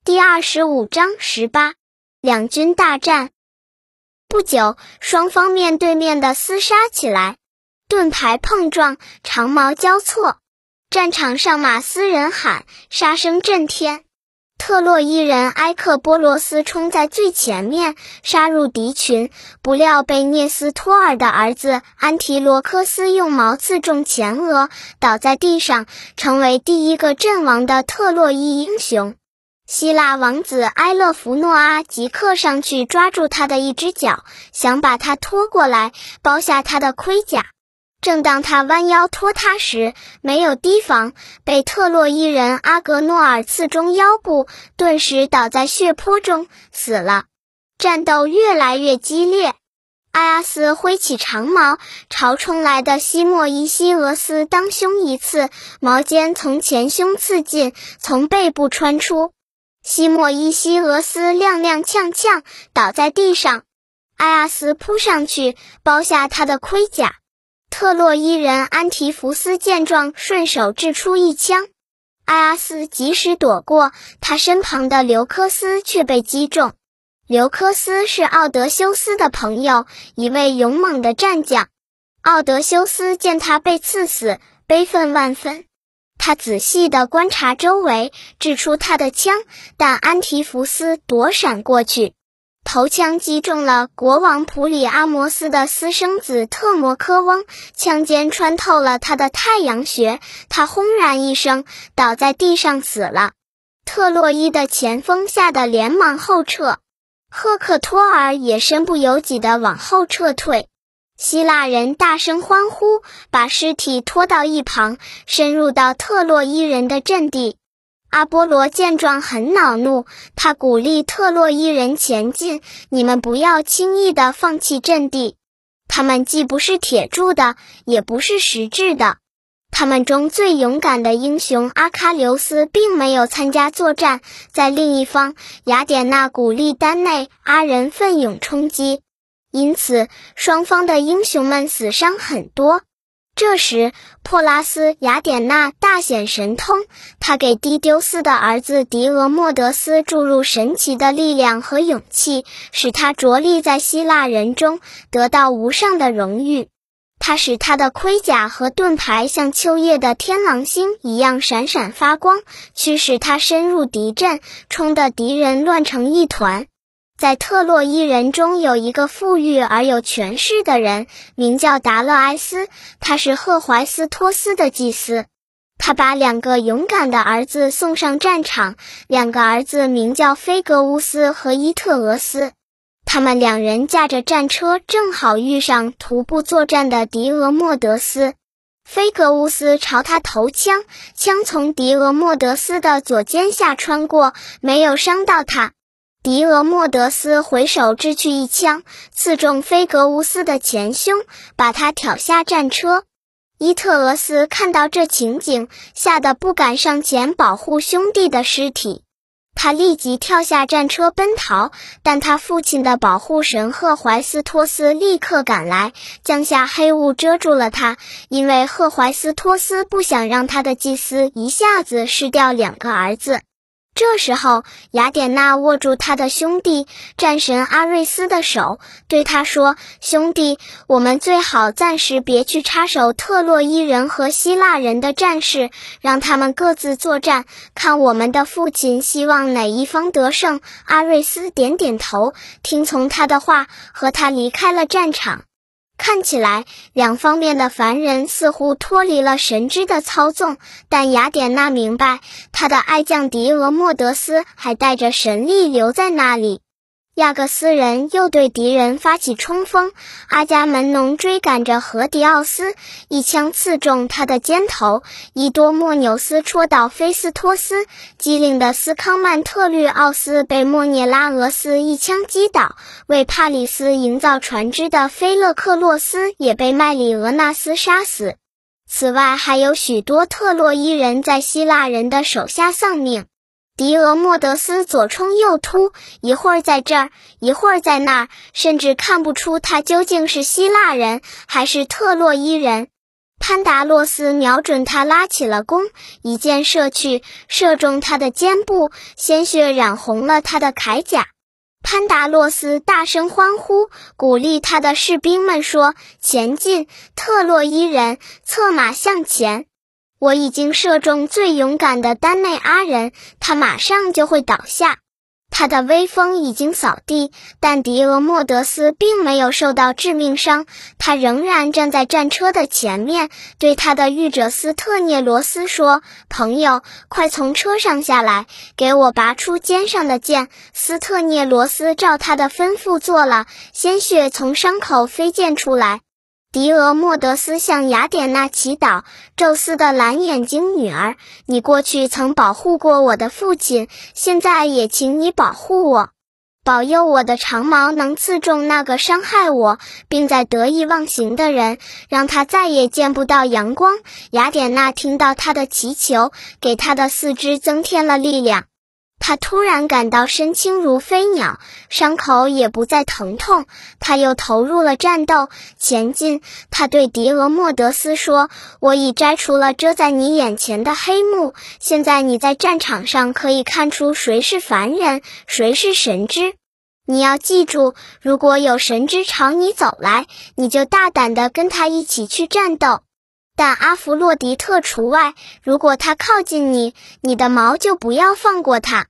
第25章18，两军大战。不久，双方面对面的厮杀起来，盾牌碰撞，长矛交错，战场上马嘶人喊，杀声震天。特洛伊人埃克波罗斯冲在最前面，杀入敌群，不料被涅斯托尔的儿子安提罗科斯用矛刺中前额，倒在地上，成为第一个阵亡的特洛伊英雄。希腊王子埃勒弗诺阿即刻上去抓住他的一只脚，想把他拖过来，剥下他的盔甲。正当他弯腰拖他时，没有提防，被特洛伊人阿格诺尔刺中腰部，顿时倒在血泊中，死了。战斗越来越激烈，埃阿斯挥起长矛，朝冲来的西莫伊西俄斯当胸一刺，矛尖从前胸刺进，从背部穿出。西莫伊西俄斯踉踉跄跄倒在地上，埃阿斯扑上去剥下他的盔甲。特洛伊人安提福斯见状，顺手掷出一枪，埃阿斯及时躲过，他身旁的刘科斯却被击中。刘科斯是奥德修斯的朋友，一位勇猛的战将。奥德修斯见他被刺死，悲愤万分。他仔细地观察周围，掷出他的枪，但安提福斯躲闪过去，头枪击中了国王普里阿摩斯的私生子特摩科翁，枪尖穿透了他的太阳穴，他轰然一声倒在地上死了。特洛伊的前锋吓得连忙后撤，赫克托尔也身不由己地往后撤退。希腊人大声欢呼，把尸体拖到一旁，深入到特洛伊人的阵地。阿波罗见状很恼怒，他鼓励特洛伊人前进，你们不要轻易地放弃阵地。他们既不是铁铸的，也不是石制的。他们中最勇敢的英雄阿喀琉斯并没有参加作战，在另一方，雅典娜鼓励丹内阿人奋勇冲击。因此，双方的英雄们死伤很多。这时，珀拉斯雅典娜大显神通，他给狄丢斯的儿子狄俄莫德斯注入神奇的力量和勇气，使他着力在希腊人中得到无上的荣誉。他使他的盔甲和盾牌像秋夜的天狼星一样闪闪发光，驱使他深入敌阵，冲得敌人乱成一团。在特洛伊人中有一个富裕而有权势的人，名叫达勒埃斯，他是赫怀斯托斯的祭司。他把2个勇敢的儿子送上战场，2个儿子名叫菲格乌斯和伊特俄斯。他们2人驾着战车，正好遇上徒步作战的狄俄莫德斯。菲格乌斯朝他投枪，枪从狄俄莫德斯的左肩下穿过，没有伤到他。狄俄莫德斯回手掷去一枪，刺中菲格乌斯的前胸，把他挑下战车。伊特俄斯看到这情景，吓得不敢上前保护兄弟的尸体。他立即跳下战车奔逃，但他父亲的保护神赫怀斯托斯立刻赶来，降下黑雾遮住了他，因为赫怀斯托斯不想让他的祭司一下子失掉2个儿子。这时候，雅典娜握住他的兄弟战神阿瑞斯的手，对他说：兄弟，我们最好暂时别去插手特洛伊人和希腊人的战事，让他们各自作战，看我们的父亲希望哪一方得胜。阿瑞斯点点头，听从他的话，和他离开了战场。看起来2方面的凡人似乎脱离了神之的操纵，但雅典娜明白，他的爱将狄俄莫德斯还带着神力留在那里。亚各斯人又对敌人发起冲锋，阿伽门农追赶着荷迪奥斯，一枪刺中他的肩头，伊多莫纽斯戳倒菲斯托斯，机灵的斯康曼特律奥斯被莫涅拉俄斯一枪击倒，为帕里斯营造船只的菲勒克洛斯也被麦里俄纳斯杀死。此外，还有许多特洛伊人在希腊人的手下丧命。狄俄莫德斯左冲右突，一会儿在这儿，一会儿在那儿，甚至看不出他究竟是希腊人还是特洛伊人。 潘达洛斯瞄准他拉起了弓，一箭射去，射中他的肩部，鲜血染红了他的铠甲。潘达洛斯大声欢呼，鼓励他的士兵们说：“前进，特洛伊人，策马向前！我已经射中最勇敢的丹内阿人，他马上就会倒下。”他的威风已经扫地，但狄俄莫德斯并没有受到致命伤，他仍然站在战车的前面，对他的御者斯特涅罗斯说：“朋友，快从车上下来，给我拔出肩上的剑。”斯特涅罗斯照他的吩咐做了，鲜血从伤口飞溅出来。狄俄莫德斯向雅典娜祈祷：“宙斯的蓝眼睛女儿，你过去曾保护过我的父亲，现在也请你保护我，保佑我的长矛能刺中那个伤害我并在得意忘形的人，让他再也见不到阳光。”雅典娜听到他的祈求，给他的四肢增添了力量。他突然感到身轻如飞鸟，伤口也不再疼痛，他又投入了战斗，前进。他对狄俄莫德斯说：“我已摘除了遮在你眼前的黑幕，现在你在战场上可以看出谁是凡人，谁是神之。你要记住，如果有神之朝你走来，你就大胆地跟他一起去战斗。但阿弗洛狄特除外，如果他靠近你，你的矛就不要放过他。”